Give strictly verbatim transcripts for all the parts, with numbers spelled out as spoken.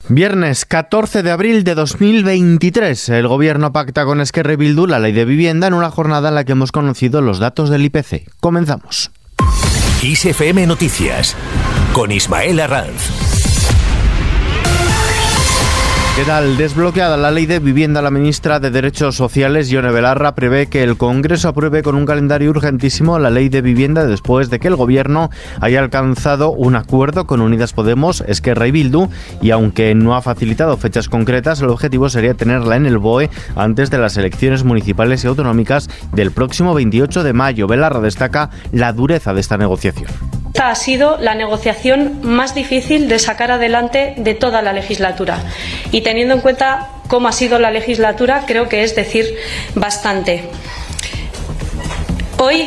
Viernes catorce de abril de dos mil veintitrés. El Gobierno pacta con Esquerra y Bildu la ley de vivienda en una jornada en la que hemos conocido los datos del I P C. Comenzamos. I S F M Noticias con Ismael Arranz. ¿Qué tal? Desbloqueada la ley de vivienda, la ministra de Derechos Sociales, Ione Belarra, prevé que el Congreso apruebe con un calendario urgentísimo la ley de vivienda después de que el Gobierno haya alcanzado un acuerdo con Unidas Podemos, Esquerra y Bildu, y aunque no ha facilitado fechas concretas, el objetivo sería tenerla en el B O E antes de las elecciones municipales y autonómicas del próximo veintiocho de mayo. Belarra destaca la dureza de esta negociación. Esta ha sido la negociación más difícil de sacar adelante de toda la legislatura. Y teniendo en cuenta cómo ha sido la legislatura, creo que es decir bastante. Hoy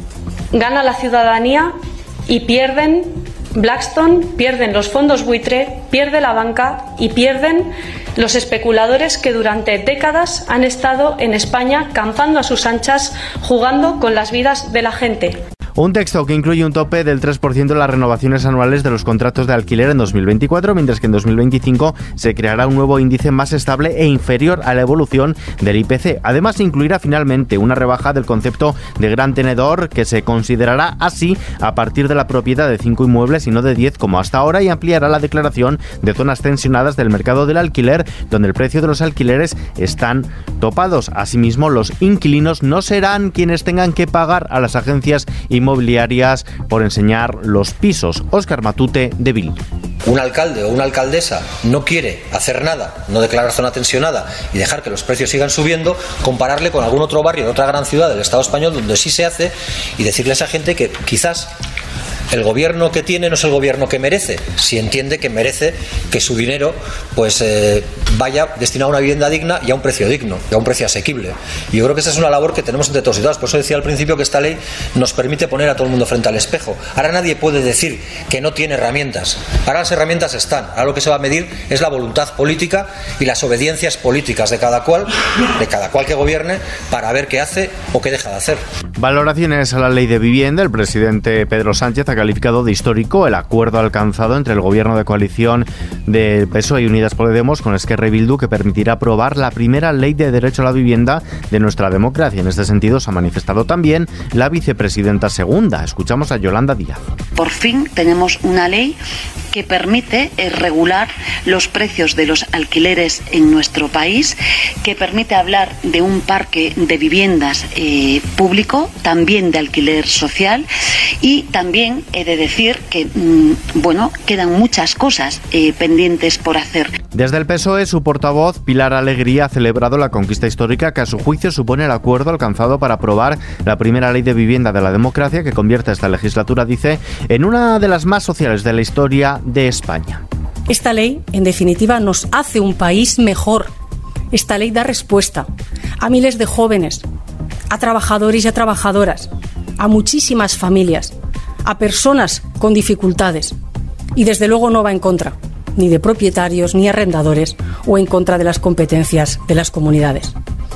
gana la ciudadanía y pierden Blackstone, pierden los fondos buitre, pierde la banca y pierden los especuladores que durante décadas han estado en España campando a sus anchas, jugando con las vidas de la gente. Un texto que incluye un tope del tres por ciento de las renovaciones anuales de los contratos de alquiler en dos mil veinticuatro, mientras que en dos mil veinticinco se creará un nuevo índice más estable e inferior a la evolución del I P C. Además, incluirá finalmente una rebaja del concepto de gran tenedor, que se considerará así a partir de la propiedad de cinco inmuebles y no de diez como hasta ahora, y ampliará la declaración de zonas tensionadas del mercado del alquiler, donde el precio de los alquileres están topados. Asimismo, los inquilinos no serán quienes tengan que pagar a las agencias inmobiliarias inmobiliarias por enseñar los pisos. Óscar Matute, de Bildu. Un alcalde o una alcaldesa no quiere hacer nada, no declarar zona tensionada y dejar que los precios sigan subiendo, compararle con algún otro barrio de otra gran ciudad del Estado español donde sí se hace y decirle a esa gente que quizás el gobierno que tiene no es el gobierno que merece, si entiende que merece que su dinero pues eh, vaya destinado a una vivienda digna y a un precio digno, y a un precio asequible. Y yo creo que esa es una labor que tenemos entre todos y todas. Por eso decía al principio que esta ley nos permite poner a todo el mundo frente al espejo. Ahora nadie puede decir que no tiene herramientas. Ahora las herramientas están. Ahora lo que se va a medir es la voluntad política y las obediencias políticas de cada cual, de cada cual que gobierne, para ver qué hace o qué deja de hacer. Valoraciones a la ley de vivienda. El presidente Pedro Sánchez ha calificado de histórico el acuerdo alcanzado entre el gobierno de coalición del P S O E y Unidas Podemos con Esquerra y Bildu, que permitirá aprobar la primera ley de derecho a la vivienda de nuestra democracia. En este sentido se ha manifestado también la vicepresidenta segunda. Escuchamos a Yolanda Díaz. Por fin tenemos una ley que permite regular los precios de los alquileres en nuestro país, que permite hablar de un parque de viviendas eh, público, también de alquiler social, y también he de decir que mmm, bueno, quedan muchas cosas eh, pendientes por hacer. Desde el P S O E, su portavoz Pilar Alegría ha celebrado la conquista histórica que a su juicio supone el acuerdo alcanzado para aprobar la primera ley de vivienda de la democracia, que convierte esta legislatura, dice, en una de las más sociales de la historia de España. Esta ley, en definitiva, nos hace un país mejor. Esta ley da respuesta a miles de jóvenes, a trabajadores y a trabajadoras, a muchísimas familias, a personas con dificultades, y desde luego no va en contra ni de propietarios ni arrendadores o en contra de las competencias de las comunidades.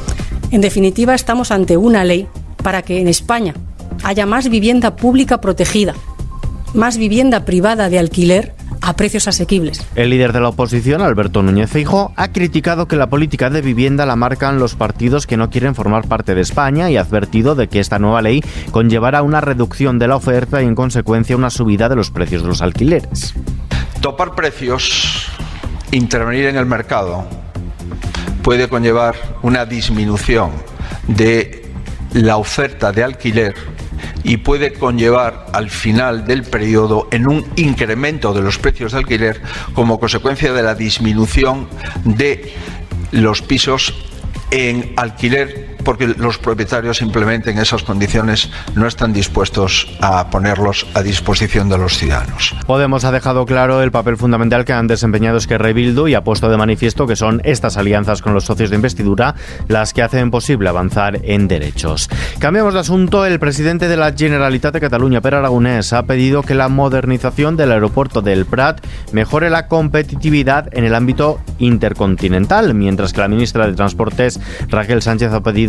En definitiva, estamos ante una ley para que en España haya más vivienda pública protegida, más vivienda privada de alquiler a precios asequibles. El líder de la oposición, Alberto Núñez Feijóo, ha criticado que la política de vivienda la marcan los partidos que no quieren formar parte de España y ha advertido de que esta nueva ley conllevará una reducción de la oferta y, en consecuencia, una subida de los precios de los alquileres. Topar precios, intervenir en el mercado, puede conllevar una disminución de la oferta de alquiler y puede conllevar al final del periodo en un incremento de los precios de alquiler como consecuencia de la disminución de los pisos en alquiler, porque los propietarios simplemente en esas condiciones no están dispuestos a ponerlos a disposición de los ciudadanos. Podemos ha dejado claro el papel fundamental que han desempeñado Esquerra y Bildu y ha puesto de manifiesto que son estas alianzas con los socios de investidura las que hacen posible avanzar en derechos. Cambiamos de asunto. El presidente de la Generalitat de Cataluña, Pere Aragonès, ha pedido que la modernización del aeropuerto del Prat mejore la competitividad en el ámbito intercontinental, mientras que la ministra de Transportes, Raquel Sánchez, ha pedido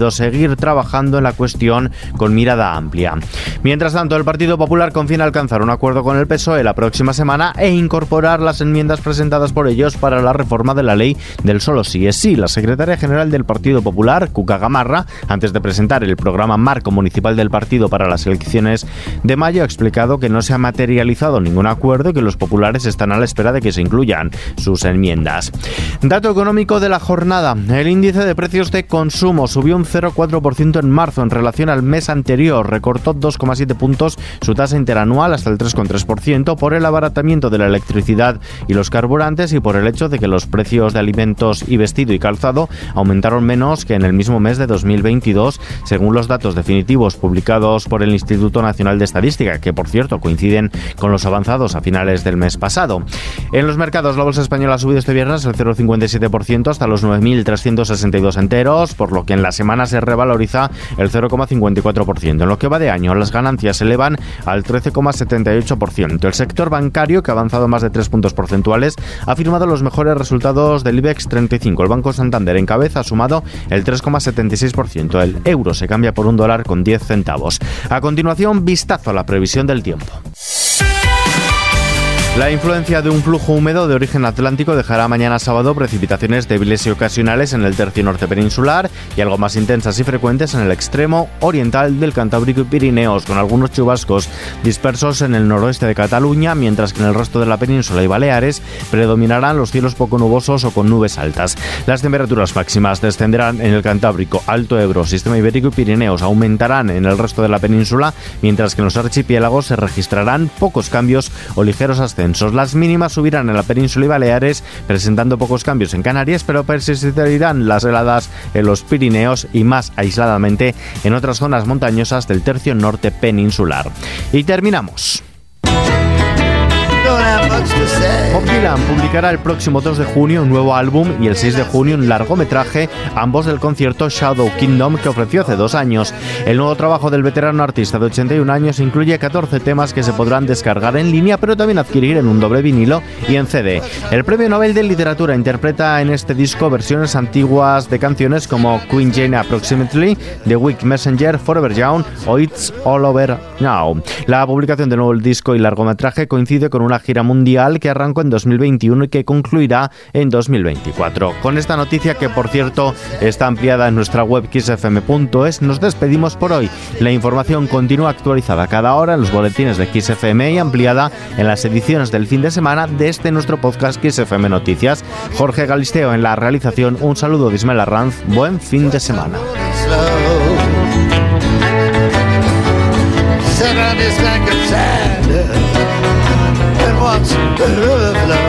prometido seguir trabajando en la cuestión con mirada amplia. Mientras tanto, el Partido Popular confía en alcanzar un acuerdo con el P S O E la próxima semana e incorporar las enmiendas presentadas por ellos para la reforma de la ley del solo sí es sí. La secretaria general del Partido Popular, Cuca Gamarra, antes de presentar el programa marco municipal del partido para las elecciones de mayo, ha explicado que no se ha materializado ningún acuerdo y que los populares están a la espera de que se incluyan sus enmiendas. Dato económico de la jornada. El índice de precios de consumo subió un cero coma cuatro por ciento en marzo en relación al mes anterior. Recortó dos coma siete puntos su tasa interanual hasta el tres coma tres por ciento por el abaratamiento de la electricidad y los carburantes y por el hecho de que los precios de alimentos y vestido y calzado aumentaron menos que en el mismo mes de dos mil veintidós, según los datos definitivos publicados por el Instituto Nacional de Estadística, que por cierto coinciden con los avanzados a finales del mes pasado. En los mercados, la bolsa española ha subido este viernes el cero coma cincuenta y siete por ciento hasta los nueve mil trescientos sesenta y dos enteros, por lo que en la semana se revaloriza el cero coma cincuenta y cuatro por ciento. En lo que va de año, las ganancias se elevan al trece coma setenta y ocho por ciento. El sector bancario, que ha avanzado más de tres puntos porcentuales, ha firmado los mejores resultados del IBEX treinta y cinco. El Banco Santander en cabeza ha sumado el tres coma setenta y seis por ciento. El euro se cambia por un dólar con diez centavos. A continuación, vistazo a la previsión del tiempo. La influencia de un flujo húmedo de origen atlántico dejará mañana sábado precipitaciones débiles y ocasionales en el tercio norte peninsular y algo más intensas y frecuentes en el extremo oriental del Cantábrico y Pirineos, con algunos chubascos dispersos en el noroeste de Cataluña, mientras que en el resto de la península y Baleares predominarán los cielos poco nubosos o con nubes altas. Las temperaturas máximas descenderán en el Cantábrico, Alto Ebro, Sistema Ibérico y Pirineos, aumentarán en el resto de la península, mientras que en los archipiélagos se registrarán pocos cambios o ligeros ascensos. Las mínimas subirán en la península y Baleares, presentando pocos cambios en Canarias, pero persistirán las heladas en los Pirineos y más aisladamente en otras zonas montañosas del tercio norte peninsular. Y terminamos. Bob Dylan publicará el próximo dos de junio un nuevo álbum y el seis de junio un largometraje, ambos del concierto Shadow Kingdom que ofreció hace dos años. El nuevo trabajo del veterano artista de ochenta y un años incluye catorce temas que se podrán descargar en línea, pero también adquirir en un doble vinilo y en C D. El Premio Nobel de Literatura interpreta en este disco versiones antiguas de canciones como Queen Jane Approximately, The Weak Messenger, Forever Young o It's All Over Now. La publicación del nuevo disco y largometraje coincide con una gira mundial que arrancó en dos mil veintiuno y que concluirá en dos mil veinticuatro. Con esta noticia, que por cierto está ampliada en nuestra web kiss f m punto es, nos despedimos por hoy. La información continúa actualizada cada hora en los boletines de Kiss F M y ampliada en las ediciones del fin de semana de este nuestro podcast Kiss F M Noticias. Jorge Galisteo en la realización. Un saludo de Ismael Arranz. Buen fin de semana. Watch the river flow.